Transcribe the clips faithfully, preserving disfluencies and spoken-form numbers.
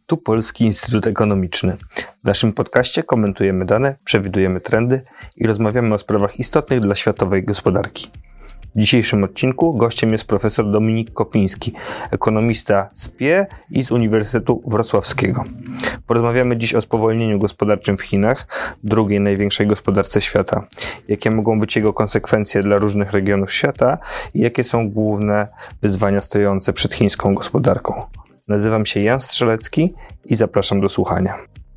Tu Polski Instytut Ekonomiczny. W naszym podcaście komentujemy dane, przewidujemy trendy i rozmawiamy o sprawach istotnych dla światowej gospodarki. W dzisiejszym odcinku gościem jest profesor Dominik Kopiński, ekonomista z P I E i z Uniwersytetu Wrocławskiego. Porozmawiamy dziś o spowolnieniu gospodarczym w Chinach, drugiej największej gospodarce świata, jakie mogą być jego konsekwencje dla różnych regionów świata i jakie są główne wyzwania stojące przed chińską gospodarką. Nazywam się Jan Strzelecki i zapraszam do słuchania.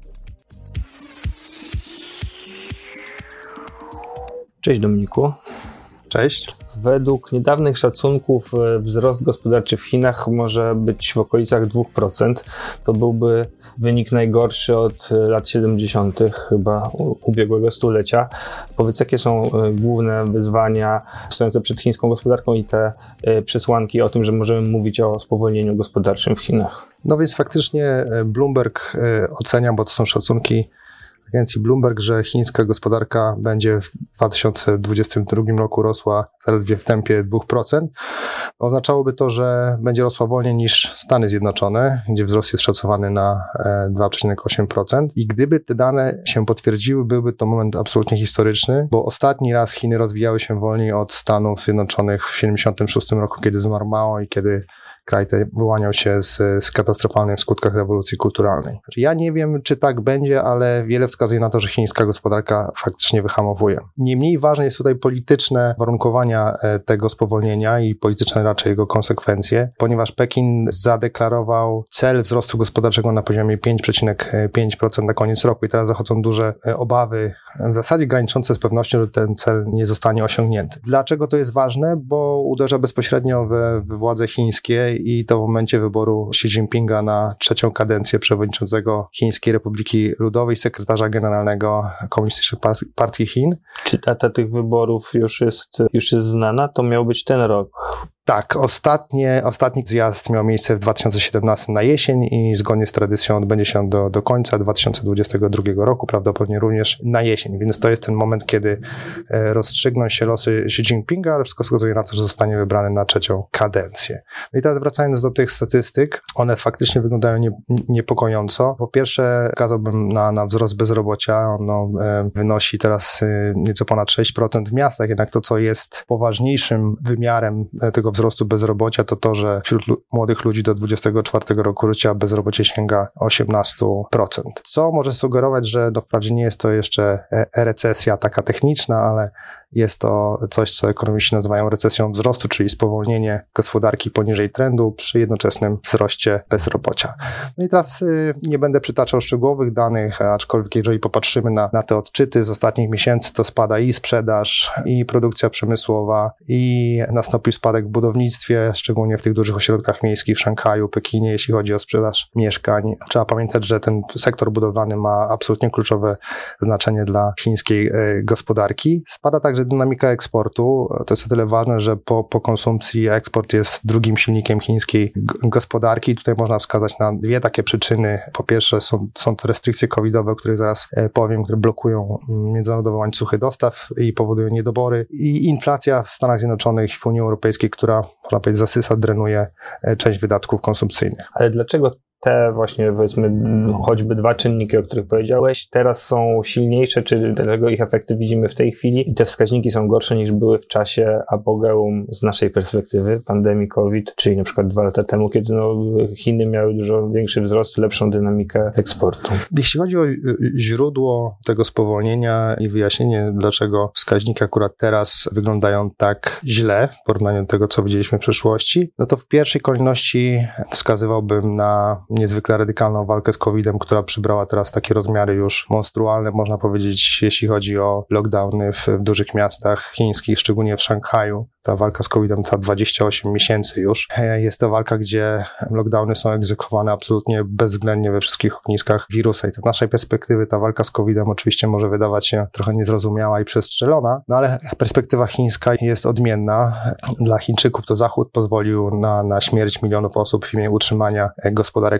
Cześć Dominiku. Cześć. Według niedawnych szacunków wzrost gospodarczy w Chinach może być w okolicach dwa procent. To byłby wynik najgorszy od lat siedemdziesiątych chyba ubiegłego stulecia. Powiedz, jakie są główne wyzwania stojące przed chińską gospodarką i te przesłanki o tym, że możemy mówić o spowolnieniu gospodarczym w Chinach? No więc faktycznie Bloomberg ocenia, bo to są szacunki agencji Bloomberg, że chińska gospodarka będzie w dwa tysiące dwudziestym drugim roku rosła zaledwie w tempie dwa procent. Oznaczałoby to, że będzie rosła wolniej niż Stany Zjednoczone, gdzie wzrost jest szacowany na dwa przecinek osiem procent. I gdyby te dane się potwierdziły, byłby to moment absolutnie historyczny, bo ostatni raz Chiny rozwijały się wolniej od Stanów Zjednoczonych w siedemdziesiątym szóstym roku, kiedy zmarł Mao i kiedy kraj ten wyłaniał się z, z katastrofalnych w skutkach rewolucji kulturalnej. Ja nie wiem, czy tak będzie, ale wiele wskazuje na to, że chińska gospodarka faktycznie wyhamowuje. Niemniej ważne jest tutaj polityczne warunkowania tego spowolnienia i polityczne raczej jego konsekwencje, ponieważ Pekin zadeklarował cel wzrostu gospodarczego na poziomie pięć przecinek pięć procent na koniec roku i teraz zachodzą duże obawy, w zasadzie graniczące z pewnością, że ten cel nie zostanie osiągnięty. Dlaczego to jest ważne? Bo uderza bezpośrednio we, we władze chińskie i to w momencie wyboru Xi Jinpinga na trzecią kadencję przewodniczącego Chińskiej Republiki Ludowej, sekretarza generalnego Komunistycznej Partii Chin. Czy data tych wyborów już jest, już jest znana? To miał być ten rok. Tak, ostatnie, ostatni zjazd miał miejsce w dwa tysiące siedemnastym na jesień i zgodnie z tradycją odbędzie się do, do końca dwa tysiące dwudziestego drugiego roku, prawdopodobnie również na jesień, więc to jest ten moment, kiedy rozstrzygną się losy Xi Jinpinga, ale wszystko wskazuje na to, że zostanie wybrany na trzecią kadencję. No i teraz wracając do tych statystyk, one faktycznie wyglądają nie, niepokojąco. Po pierwsze wskazałbym na, na wzrost bezrobocia, ono e, wynosi teraz e, nieco ponad sześć procent w miastach, jednak to, co jest poważniejszym wymiarem tego wzrostu bezrobocia, to to, że wśród młodych ludzi do dwudziestego czwartego roku życia bezrobocie sięga osiemnaście procent. Co może sugerować, że no wprawdzie nie jest to jeszcze recesja taka techniczna, ale jest to coś, co ekonomiści nazywają recesją wzrostu, czyli spowolnienie gospodarki poniżej trendu przy jednoczesnym wzroście bezrobocia. No i teraz y, nie będę przytaczał szczegółowych danych, aczkolwiek jeżeli popatrzymy na, na te odczyty z ostatnich miesięcy, to spada i sprzedaż, i produkcja przemysłowa, i nastąpił spadek w budownictwie, szczególnie w tych dużych ośrodkach miejskich w Szanghaju, Pekinie, jeśli chodzi o sprzedaż mieszkań. Trzeba pamiętać, że ten sektor budowlany ma absolutnie kluczowe znaczenie dla chińskiej y, gospodarki. Spada także dynamika eksportu. To jest o tyle ważne, że po, po konsumpcji eksport jest drugim silnikiem chińskiej g- gospodarki. Tutaj można wskazać na dwie takie przyczyny. Po pierwsze są, są to restrykcje covidowe, o których zaraz powiem, które blokują międzynarodowe łańcuchy dostaw i powodują niedobory. I inflacja w Stanach Zjednoczonych i w Unii Europejskiej, która, można powiedzieć, zasysa, drenuje część wydatków konsumpcyjnych. Ale dlaczego te właśnie, powiedzmy, choćby dwa czynniki, o których powiedziałeś, teraz są silniejsze, czy dlatego ich efekty widzimy w tej chwili i te wskaźniki są gorsze niż były w czasie apogeum z naszej perspektywy, pandemii COVID, czyli na przykład dwa lata temu, kiedy no, Chiny miały dużo większy wzrost, lepszą dynamikę eksportu. Jeśli chodzi o źródło tego spowolnienia i wyjaśnienie, dlaczego wskaźniki akurat teraz wyglądają tak źle w porównaniu do tego, co widzieliśmy w przeszłości, no to w pierwszej kolejności wskazywałbym na niezwykle radykalną walkę z kowidem, która przybrała teraz takie rozmiary już monstrualne, można powiedzieć, jeśli chodzi o lockdowny w, w dużych miastach chińskich, szczególnie w Szanghaju. Ta walka z kowidem trwa dwadzieścia osiem miesięcy już. Jest to walka, gdzie lockdowny są egzekwowane absolutnie bezwzględnie we wszystkich ogniskach wirusa i z naszej perspektywy ta walka z kowidem oczywiście może wydawać się trochę niezrozumiała i przestrzelona, no ale perspektywa chińska jest odmienna. Dla Chińczyków to Zachód pozwolił na, na śmierć milionów osób w imię utrzymania gospodarek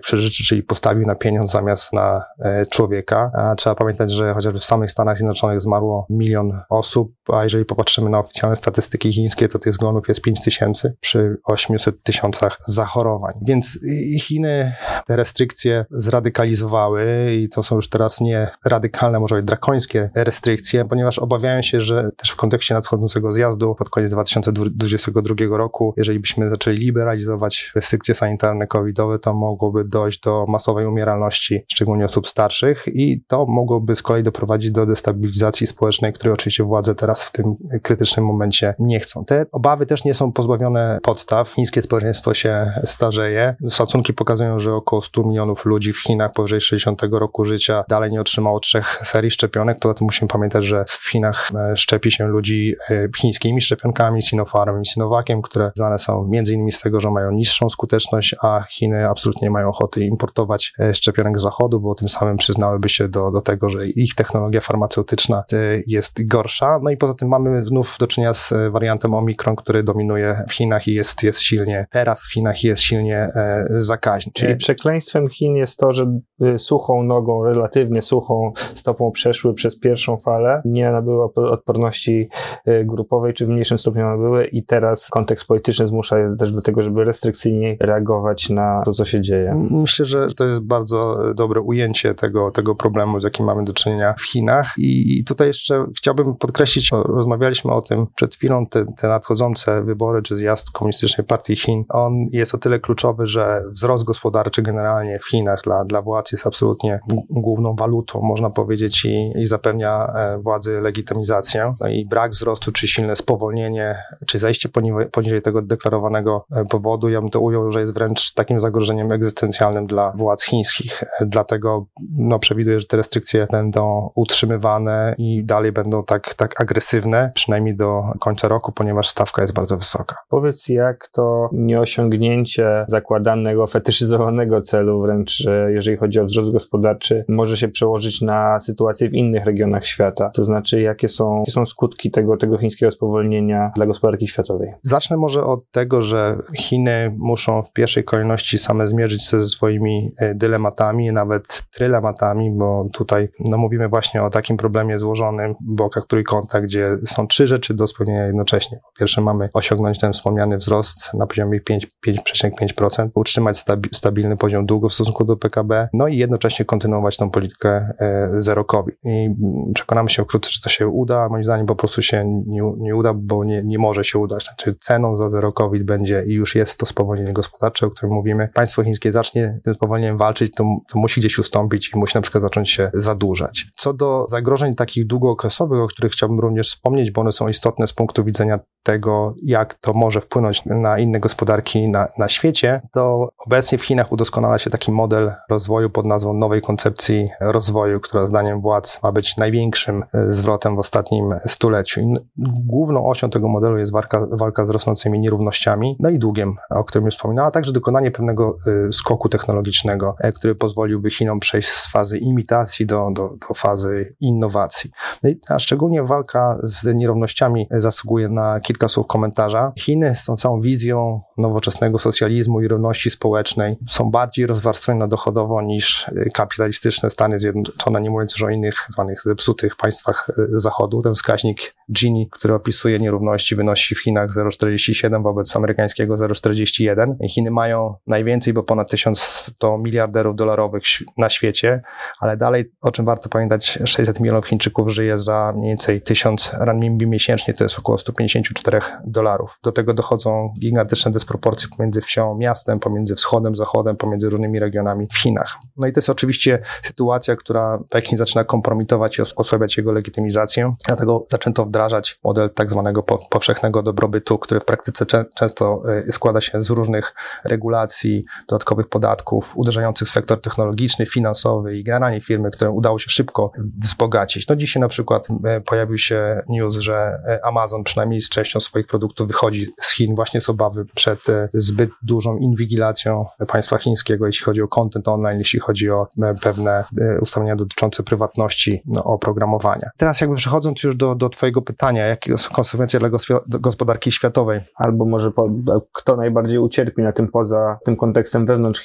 jak przeżyczy, czyli postawił na pieniądz zamiast na człowieka. A trzeba pamiętać, że chociażby w samych Stanach Zjednoczonych zmarło milion osób, a jeżeli popatrzymy na oficjalne statystyki chińskie, to tych zgonów jest pięć tysięcy przy osiemset tysiącach zachorowań. Więc Chiny te restrykcje zradykalizowały i to są już teraz nie radykalne, może być drakońskie restrykcje, ponieważ obawiają się, że też w kontekście nadchodzącego zjazdu pod koniec dwa tysiące dwudziestego drugiego roku, jeżeli byśmy zaczęli liberalizować restrykcje sanitarne covidowe, to mogłoby dojść do masowej umieralności, szczególnie osób starszych i to mogłoby z kolei doprowadzić do destabilizacji społecznej, której oczywiście władze teraz w tym krytycznym momencie nie chcą. Te obawy też nie są pozbawione podstaw. Chińskie społeczeństwo się starzeje. Szacunki pokazują, że około stu milionów ludzi w Chinach powyżej sześćdziesiątego roku życia dalej nie otrzymało trzech serii szczepionek. Poza tym musimy pamiętać, że w Chinach szczepi się ludzi chińskimi szczepionkami, Sinopharmem i Sinovaciem, które znane są między innymi z tego, że mają niższą skuteczność, a Chiny absolutnie nie mają ochoty importować szczepionek z zachodu, bo tym samym przyznałyby się do, do tego, że ich technologia farmaceutyczna jest gorsza. No i poza tym mamy znów do czynienia z wariantem Omikron, który dominuje w Chinach i jest, jest silnie, teraz w Chinach jest silnie e, zakaźny. Czyli przekleństwem Chin jest to, że suchą nogą, relatywnie suchą stopą przeszły przez pierwszą falę, nie nabyły odporności grupowej, czy w mniejszym stopniu nabyły i teraz kontekst polityczny zmusza je też do tego, żeby restrykcyjniej reagować na to, co się dzieje. Myślę, że to jest bardzo dobre ujęcie tego, tego problemu, z jakim mamy do czynienia w Chinach i tutaj jeszcze chciałbym podkreślić, rozmawialiśmy o tym przed chwilą, te, te nadchodzące wybory, czy zjazd Komunistycznej Partii Chin, on jest o tyle kluczowy, że wzrost gospodarczy generalnie w Chinach dla, dla władz jest absolutnie g- główną walutą, można powiedzieć, i, i zapewnia e, władzy legitymizację. No i brak wzrostu, czy silne spowolnienie, czy zejście poniżej, poniżej tego deklarowanego e, powodu, ja bym to ujął, że jest wręcz takim zagrożeniem egzystencjalnym dla władz chińskich. E, dlatego no, przewiduję, że te restrykcje będą utrzymywane i dalej będą tak, tak agresywne, przynajmniej do końca roku, ponieważ stawka jest bardzo wysoka. Powiedz, jak to nieosiągnięcie zakładanego, fetyszyzowanego celu wręcz, jeżeli chodzi o wzrost gospodarczy, może się przełożyć na sytuację w innych regionach świata? To znaczy, jakie są, jakie są skutki tego, tego chińskiego spowolnienia dla gospodarki światowej? Zacznę może od tego, że Chiny muszą w pierwszej kolejności same zmierzyć się ze swoimi dylematami, nawet trylematami, bo tutaj no, mówimy właśnie o takim problemie złożonym w bokach trójkąta, gdzie są trzy rzeczy do spełnienia jednocześnie. Po pierwsze mamy osiągnąć ten wspomniany wzrost na poziomie pięć przecinek pięć procent, utrzymać stabi- stabilny poziom długu w stosunku do P K B, no i jednocześnie kontynuować tą politykę e, zero COVID. I przekonamy się wkrótce, czy to się uda, a moim zdaniem po prostu się nie, nie uda, bo nie, nie może się udać. Znaczy ceną za zero COVID będzie i już jest to spowolnienie gospodarcze, o którym mówimy. Państwo chińskie zacznie tym spowolnieniem walczyć, to, to musi gdzieś ustąpić i musi na przykład zacząć się zadłużać. Co do zagrożeń takich długookresowych, o których chciałbym również wspomnieć, bo one są istotne z punktu widzenia tego, jak to może wpłynąć na inne gospodarki na, na świecie, to obecnie w Chinach udoskonala się taki model rozwoju pod nazwą nowej koncepcji rozwoju, która zdaniem władz ma być największym zwrotem w ostatnim stuleciu. I główną osią tego modelu jest walka, walka z rosnącymi nierównościami, no i długiem, o którym już wspominałem, a także dokonanie pewnego skoku technologicznego, który pozwoliłby Chinom przejść z fazy imitacji do, do, do fazy innowacji. No i a szczególnie walka z nierównościami zasługuje na kilka słów komentarza. Chiny z tą całą wizją nowoczesnego socjalizmu i równości społecznej są bardziej rozwarstwione dochodowo niż kapitalistyczne Stany Zjednoczone, nie mówiąc już o innych zwanych zepsutych państwach Zachodu. Ten wskaźnik Gini, który opisuje nierówności, wynosi w Chinach zero przecinek czterdzieści siedem wobec amerykańskiego zero przecinek czterdzieści jeden. Chiny mają najwięcej, bo ponad tysiąc sto miliarderów dolarowych na świecie, ale dalej, o czym warto pamiętać, sześćset milionów Chińczyków żyje za mniej więcej tysiąc renminbi miesięcznie, to jest około sto pięćdziesiąt cztery dolarów. Do tego dochodzą gigantyczne dysproporcje pomiędzy wsią, miastem, pomiędzy wschodem, zachodem, pomiędzy różnymi regionami w Chinach. No i to jest oczywiście sytuacja, która Pekin zaczyna kompromitować i osłabiać jego legitymizację, dlatego zaczęto wdrażać model tak zwanego powszechnego dobrobytu, który w praktyce cze- często składa się z różnych regulacji, dodatkowych podatków, uderzających w sektor technologiczny, finansowy i generalnie firmy, które udało się szybko wzbogacić. No dzisiaj na przykład pojawił się news, że Amazon przynajmniej z częścią swoich produktów wychodzi z Chin właśnie z obawy przed zbyt dużą inwigilacją państwa chińskiego, jeśli chodzi o content online, jeśli chodzi o pewne ustalenia dotyczące prywatności no, oprogramowania. Teraz jakby przechodząc już do, do twojego pytania, jakie są konsekwencje dla gospodarki światowej? Albo może po, kto najbardziej ucierpi na tym poza tym kontekstem wewnątrz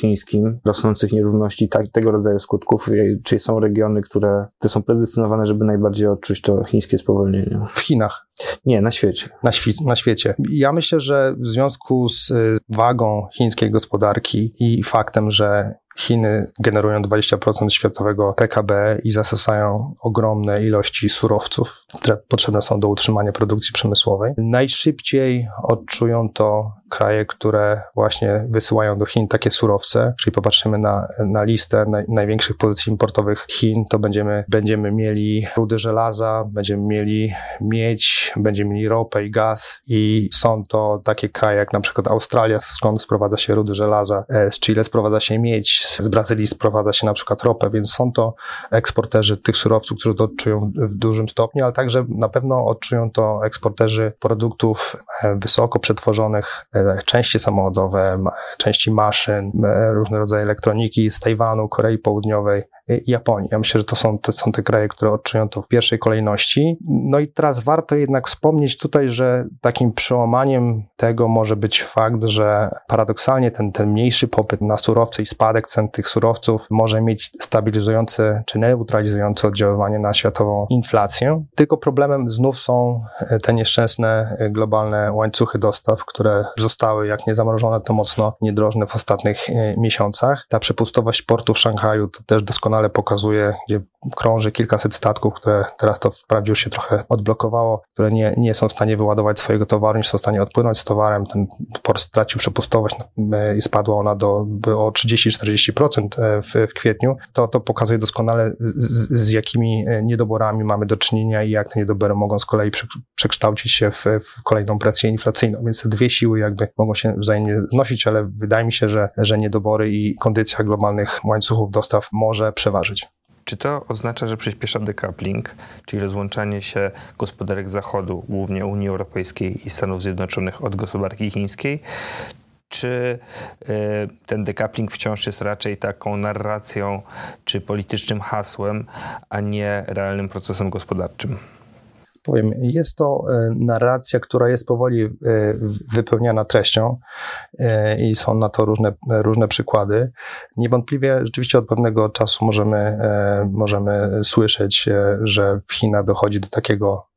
chińskim, rosnących nierówności, tak, tego rodzaju skutków? Czy są regiony, które, które są predestynowane, żeby najbardziej odczuć to chińskie spowolnienie? W Chinach. Nie, na świecie. Na, świ- na świecie. Ja myślę, że w związku z wagą chińskiej gospodarki i faktem, że Chiny generują dwadzieścia procent światowego P K B i zasysają ogromne ilości surowców, które potrzebne są do utrzymania produkcji przemysłowej. Najszybciej odczują to kraje, które właśnie wysyłają do Chin takie surowce. Jeżeli popatrzymy na, na listę naj, największych pozycji importowych Chin, to będziemy, będziemy mieli rudy żelaza, będziemy mieli miedź, będziemy mieli ropę i gaz i są to takie kraje jak na przykład Australia, skąd sprowadza się rudy żelaza, z Chile sprowadza się miedź, z Brazylii sprowadza się na przykład ropę, więc są to eksporterzy tych surowców, którzy to odczują w dużym stopniu, ale także na pewno odczują to eksporterzy produktów wysoko przetworzonych, części samochodowe, części maszyn, różne rodzaje elektroniki z Tajwanu, Korei Południowej, Japonii. Ja myślę, że to są, to są te kraje, które odczują to w pierwszej kolejności. No i teraz warto jednak wspomnieć tutaj, że takim przełamaniem tego może być fakt, że paradoksalnie ten, ten mniejszy popyt na surowce i spadek cen tych surowców może mieć stabilizujące czy neutralizujące oddziaływanie na światową inflację. Tylko problemem znów są te nieszczęsne globalne łańcuchy dostaw, które zostały jak nie zamrożone, to mocno niedrożne w ostatnich miesiącach. Ta przepustowość portu w Szanghaju to też doskonale pokazuje, gdzie krąży kilkaset statków, które teraz to wprawdzie już się trochę odblokowało, które nie, nie są w stanie wyładować swojego towaru, nie są w stanie odpłynąć z towarem. Ten port stracił przepustowość i spadła ona do, o trzydzieści do czterdziestu procent w, w kwietniu. To, to pokazuje doskonale z, z jakimi niedoborami mamy do czynienia i jak te niedobory mogą z kolei przekształcić się w, w kolejną presję inflacyjną. Więc te dwie siły jakby mogą się wzajemnie znosić, ale wydaje mi się, że, że niedobory i kondycja globalnych łańcuchów dostaw może przeważyć. Czy to oznacza, że przyspiesza decoupling, czyli rozłączanie się gospodarek Zachodu, głównie Unii Europejskiej i Stanów Zjednoczonych, od gospodarki chińskiej? Czy y, ten decoupling wciąż jest raczej taką narracją czy politycznym hasłem, a nie realnym procesem gospodarczym? Powiem, jest to narracja, która jest powoli wypełniana treścią i są na to różne, różne przykłady. Niewątpliwie rzeczywiście od pewnego czasu możemy, możemy słyszeć, że w Chinach dochodzi do takiego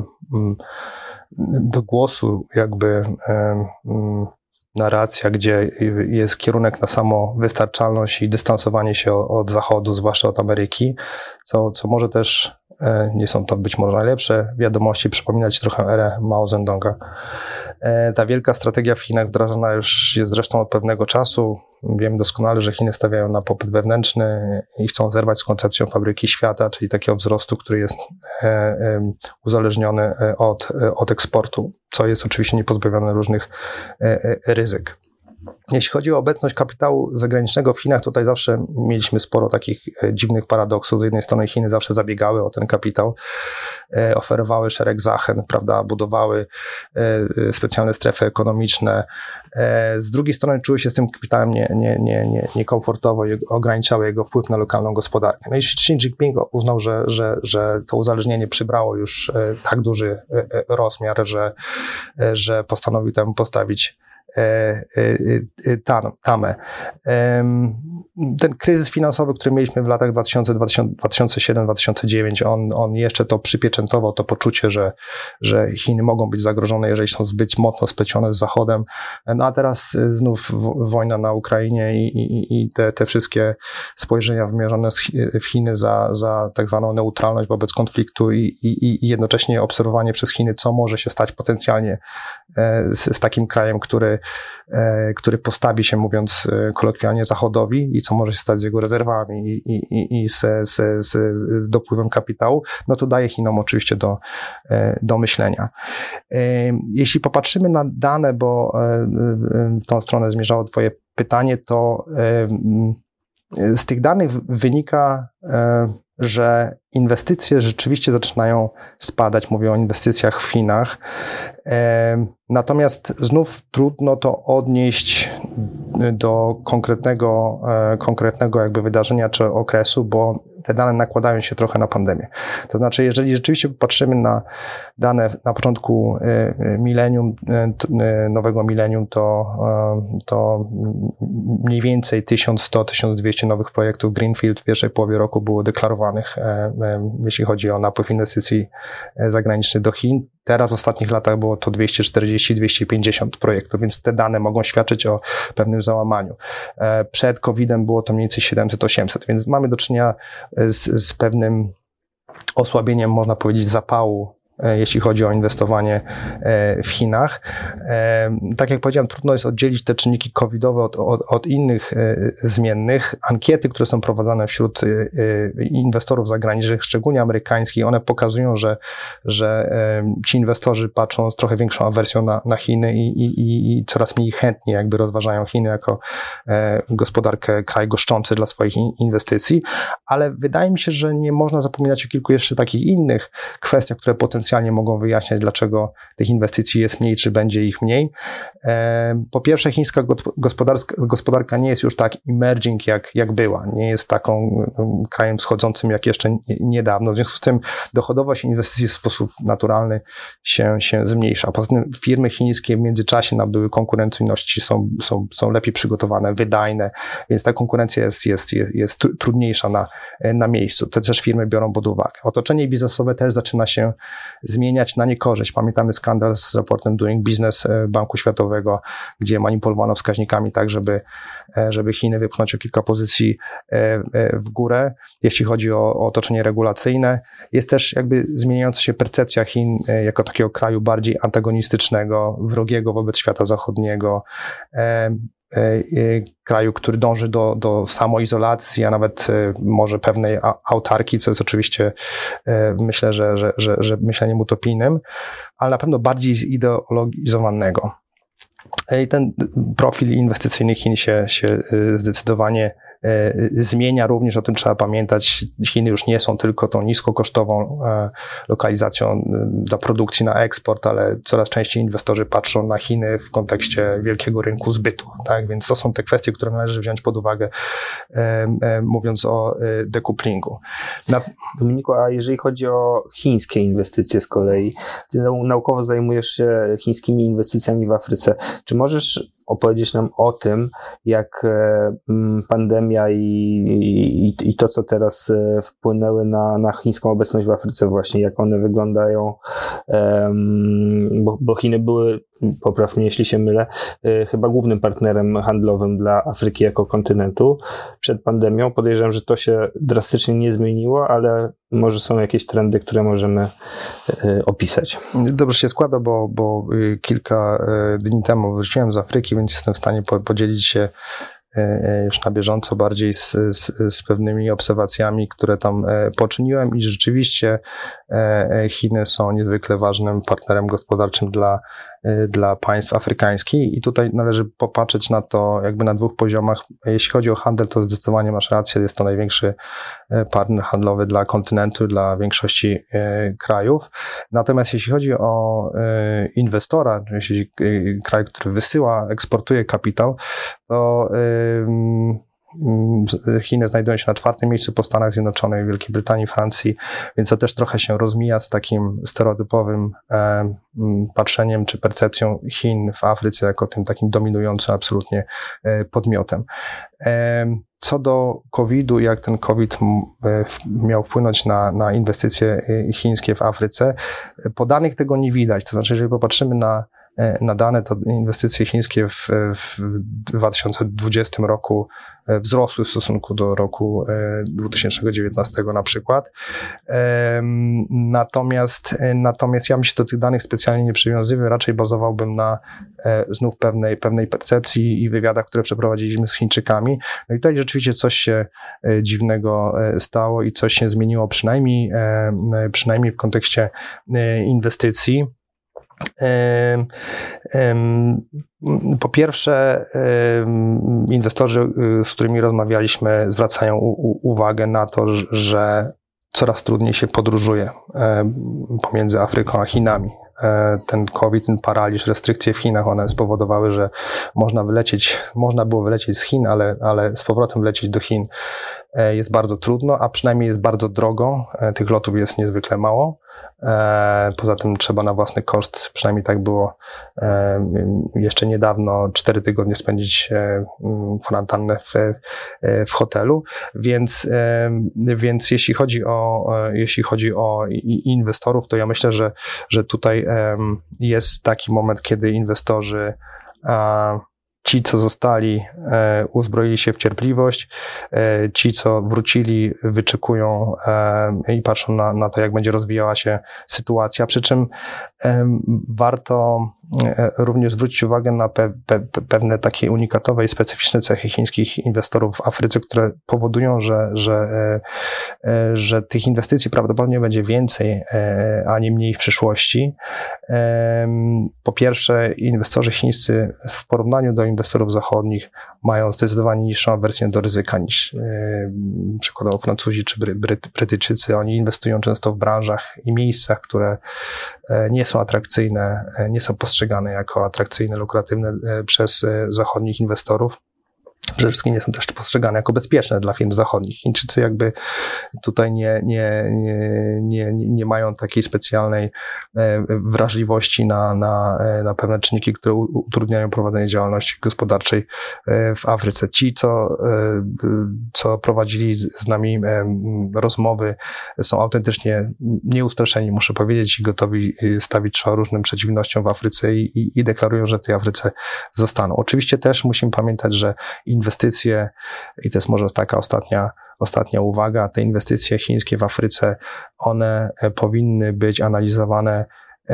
do głosu jakby narracja, gdzie jest kierunek na samowystarczalność i dystansowanie się od Zachodu, zwłaszcza od Ameryki, co, co może też, nie są to być może najlepsze wiadomości, przypominać trochę erę Mao Zedonga. Ta wielka strategia w Chinach wdrażana już jest zresztą od pewnego czasu. Wiemy doskonale, że Chiny stawiają na popyt wewnętrzny i chcą zerwać z koncepcją fabryki świata, czyli takiego wzrostu, który jest uzależniony od, od eksportu, co jest oczywiście niepozbawione różnych ryzyk. Jeśli chodzi o obecność kapitału zagranicznego w Chinach, tutaj zawsze mieliśmy sporo takich dziwnych paradoksów. Z jednej strony Chiny zawsze zabiegały o ten kapitał, e, oferowały szereg zachęt, prawda, budowały e, specjalne strefy ekonomiczne. E, z drugiej strony czuły się z tym kapitałem nie, nie, nie, nie, niekomfortowo i ograniczały jego wpływ na lokalną gospodarkę. No i Xi Jinping uznał, że, że, że to uzależnienie przybrało już e, tak duży e, rozmiar, że, e, że postanowił temu postawić tamę. Ten kryzys finansowy, który mieliśmy w latach dwa tysiące siedem do dwa tysiące dziewięć, on, on jeszcze to przypieczętował, to poczucie, że, że Chiny mogą być zagrożone, jeżeli są zbyt mocno splecione z Zachodem. No a teraz znów wojna na Ukrainie i, i, i te, te wszystkie spojrzenia wymierzone w Chiny za, za tak zwaną neutralność wobec konfliktu i, i, i jednocześnie obserwowanie przez Chiny, co może się stać potencjalnie z, z takim krajem, który który postawi się, mówiąc kolokwialnie, Zachodowi i co może się stać z jego rezerwami i, i, i z, z, z, z dopływem kapitału, no to daje Chinom oczywiście do, do myślenia. Jeśli popatrzymy na dane, bo w tą stronę zmierzało twoje pytanie, to z tych danych wynika, że inwestycje rzeczywiście zaczynają spadać. Mówię o inwestycjach w Chinach. Natomiast znów trudno to odnieść do konkretnego, konkretnego jakby wydarzenia czy okresu, bo te dane nakładają się trochę na pandemię. To znaczy, jeżeli rzeczywiście patrzymy na dane na początku milenium, nowego milenium, to, to mniej więcej tysiąc sto do tysiąc dwieście nowych projektów Greenfield w pierwszej połowie roku było deklarowanych, jeśli chodzi o napływ inwestycji zagranicznych do Chin. Teraz w ostatnich latach było to dwieście czterdzieści do dwieście pięćdziesiąt projektów, więc te dane mogą świadczyć o pewnym załamaniu. Przed kowidem było to mniej więcej siedemset osiemset, więc mamy do czynienia z, z pewnym osłabieniem, można powiedzieć, zapału, jeśli chodzi o inwestowanie w Chinach. Tak jak powiedziałem, trudno jest oddzielić te czynniki covidowe od, od, od innych zmiennych. Ankiety, które są prowadzone wśród inwestorów zagranicznych, szczególnie amerykańskich, one pokazują, że, że ci inwestorzy patrzą z trochę większą awersją na, na Chiny i, i, i coraz mniej chętnie jakby rozważają Chiny jako gospodarkę, kraj goszczący dla swoich inwestycji, ale wydaje mi się, że nie można zapominać o kilku jeszcze takich innych kwestiach, które potencjalnie mogą wyjaśniać, dlaczego tych inwestycji jest mniej, czy będzie ich mniej. Po pierwsze, chińska gospodarka nie jest już tak emerging, jak, jak była. Nie jest taką krajem wschodzącym, jak jeszcze niedawno. W związku z tym dochodowość inwestycji w sposób naturalny się, się zmniejsza. Poza tym firmy chińskie w międzyczasie nabyły konkurencyjności, są, są, są lepiej przygotowane, wydajne, więc ta konkurencja jest, jest, jest, jest trudniejsza na, na miejscu. To też firmy biorą pod uwagę. Otoczenie biznesowe też zaczyna się zmieniać na niekorzyść. Pamiętamy skandal z raportem Doing Business Banku Światowego, gdzie manipulowano wskaźnikami tak, żeby, żeby Chiny wypchnąć o kilka pozycji w górę. Jeśli chodzi o, o otoczenie regulacyjne, jest też jakby zmieniająca się percepcja Chin jako takiego kraju bardziej antagonistycznego, wrogiego wobec świata zachodniego, kraju, który dąży do, do samoizolacji, a nawet może pewnej autarkii, co jest oczywiście myślę, że, że, że, że myśleniem utopijnym, ale na pewno bardziej zideologizowanego. I ten profil inwestycyjny Chin się, się zdecydowanie zmienia, również o tym trzeba pamiętać. Chiny już nie są tylko tą niskokosztową lokalizacją dla produkcji na eksport, ale coraz częściej inwestorzy patrzą na Chiny w kontekście wielkiego rynku zbytu. Tak? Więc to są te kwestie, które należy wziąć pod uwagę, mówiąc o decouplingu. Na... Dominiku, a jeżeli chodzi o chińskie inwestycje z kolei, ty naukowo zajmujesz się chińskimi inwestycjami w Afryce. Czy możesz opowiedzieć nam o tym, jak pandemia i, i, i to, co teraz wpłynęły na, na chińską obecność w Afryce właśnie, jak one wyglądają, bo, bo Chiny były, popraw mnie, jeśli się mylę, chyba głównym partnerem handlowym dla Afryki jako kontynentu przed pandemią. Podejrzewam, że to się drastycznie nie zmieniło, ale może są jakieś trendy, które możemy opisać. Dobrze się składa, bo, bo kilka dni temu wróciłem z Afryki, więc jestem w stanie podzielić się już na bieżąco bardziej z, z, z pewnymi obserwacjami, które tam poczyniłem i rzeczywiście Chiny są niezwykle ważnym partnerem gospodarczym dla, dla państw afrykańskich i tutaj należy popatrzeć na to jakby na dwóch poziomach. Jeśli chodzi o handel, to zdecydowanie masz rację, jest to największy partner handlowy dla kontynentu, dla większości krajów. Natomiast jeśli chodzi o inwestora, czyli kraj, który wysyła, eksportuje kapitał, to Chiny znajdują się na czwartym miejscu po Stanach Zjednoczonych, Wielkiej Brytanii, Francji, więc to też trochę się rozmija z takim stereotypowym e, patrzeniem czy percepcją Chin w Afryce jako tym takim dominującym absolutnie e, podmiotem. E, co do kowida, jak ten COVID miał wpłynąć na, na inwestycje chińskie w Afryce, po danych tego nie widać. To znaczy, jeżeli popatrzymy na na dane, to inwestycje chińskie w, w dwa tysiące dwudziestym roku wzrosły w stosunku do roku dwa tysiące dziewiętnastego na przykład. Natomiast, natomiast ja bym się do tych danych specjalnie nie przywiązywał, raczej bazowałbym na znów pewnej, pewnej percepcji i wywiadach, które przeprowadziliśmy z Chińczykami. No i tutaj rzeczywiście coś się dziwnego stało i coś się zmieniło przynajmniej, przynajmniej w kontekście inwestycji. Po pierwsze, inwestorzy, z którymi rozmawialiśmy, zwracają uwagę na to, że coraz trudniej się podróżuje pomiędzy Afryką a Chinami. ten COVID, ten paraliż, restrykcje w Chinach, one spowodowały, że można wylecieć, można było wylecieć z Chin, ale, ale z powrotem wlecieć do Chin jest bardzo trudno, a przynajmniej jest bardzo drogo. Tych lotów jest niezwykle mało. Poza tym trzeba na własny koszt, przynajmniej tak było jeszcze niedawno, cztery tygodnie spędzić kwarantannę w, w hotelu, więc, więc jeśli chodzi o, jeśli chodzi o inwestorów, to ja myślę, że, że tutaj jest taki moment, kiedy inwestorzy, ci, co zostali, e, uzbroili się w cierpliwość, e, ci, co wrócili, wyczekują e, i patrzą na, na to, jak będzie rozwijała się sytuacja, przy czym e, warto e, również zwrócić uwagę na pe, pe, pewne takie unikatowe i specyficzne cechy chińskich inwestorów w Afryce, które powodują, że, że, e, e, że tych inwestycji prawdopodobnie będzie więcej, e, a nie mniej w przyszłości. E, po pierwsze, inwestorzy chińscy w porównaniu do inwestorów zachodnich mają zdecydowanie niższą awersję do ryzyka niż yy, przykładowo Francuzi czy Bry, Bry, Brytyjczycy. Oni inwestują często w branżach i miejscach, które e, nie są atrakcyjne, e, nie są postrzegane jako atrakcyjne, lukratywne e, przez e, zachodnich inwestorów. Przede wszystkim nie są też postrzegane jako bezpieczne dla firm zachodnich. Chińczycy jakby tutaj nie, nie, nie, nie, nie mają takiej specjalnej wrażliwości na, na, na pewne czynniki, które utrudniają prowadzenie działalności gospodarczej w Afryce. Ci, co, co prowadzili z nami rozmowy, są autentycznie nieustraszeni, muszę powiedzieć, i gotowi stawić czoła różnym przeciwnościom w Afryce i, i, i deklarują, że w tej Afryce zostaną. Oczywiście też musimy pamiętać, że inwestycje, i to jest może taka ostatnia, ostatnia uwaga, te inwestycje chińskie w Afryce, one powinny być analizowane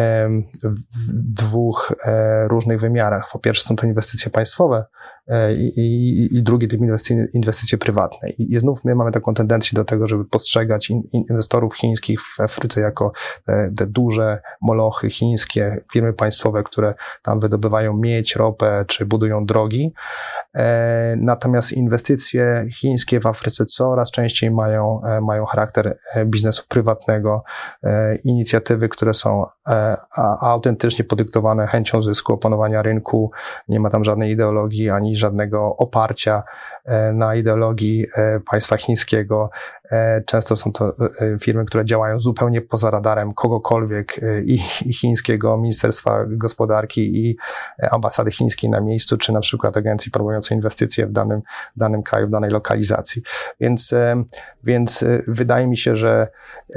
w dwóch różnych wymiarach. Po pierwsze są to inwestycje państwowe i, i, i drugi typ inwestycje, inwestycje prywatne. I, I znów my mamy taką tendencję do tego, żeby postrzegać in, inwestorów chińskich w Afryce jako te, te duże molochy chińskie, firmy państwowe, które tam wydobywają miedź, ropę czy budują drogi. E, natomiast inwestycje chińskie w Afryce coraz częściej mają, e, mają charakter biznesu prywatnego, e, inicjatywy, które są e, a, autentycznie podyktowane chęcią zysku, opanowania rynku. Nie ma tam żadnej ideologii ani żadnego oparcia na ideologii państwa chińskiego. Często są to firmy, które działają zupełnie poza radarem kogokolwiek i chińskiego Ministerstwa Gospodarki i ambasady chińskiej na miejscu, czy na przykład agencji promującej inwestycje w danym, danym kraju, w danej lokalizacji. Więc, więc wydaje mi się, że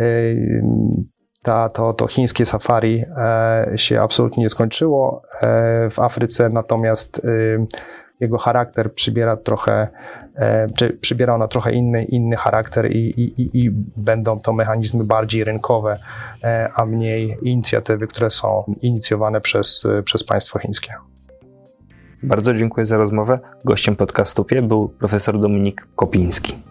Ta, to, to chińskie safari e, się absolutnie nie skończyło e, w Afryce, natomiast e, jego charakter przybiera trochę, e, czy przybiera ona trochę inny, inny charakter i, i, i, i będą to mechanizmy bardziej rynkowe, e, a mniej inicjatywy, które są inicjowane przez, przez państwo chińskie. Bardzo dziękuję za rozmowę. Gościem podcastu P I E był profesor Dominik Kopiński.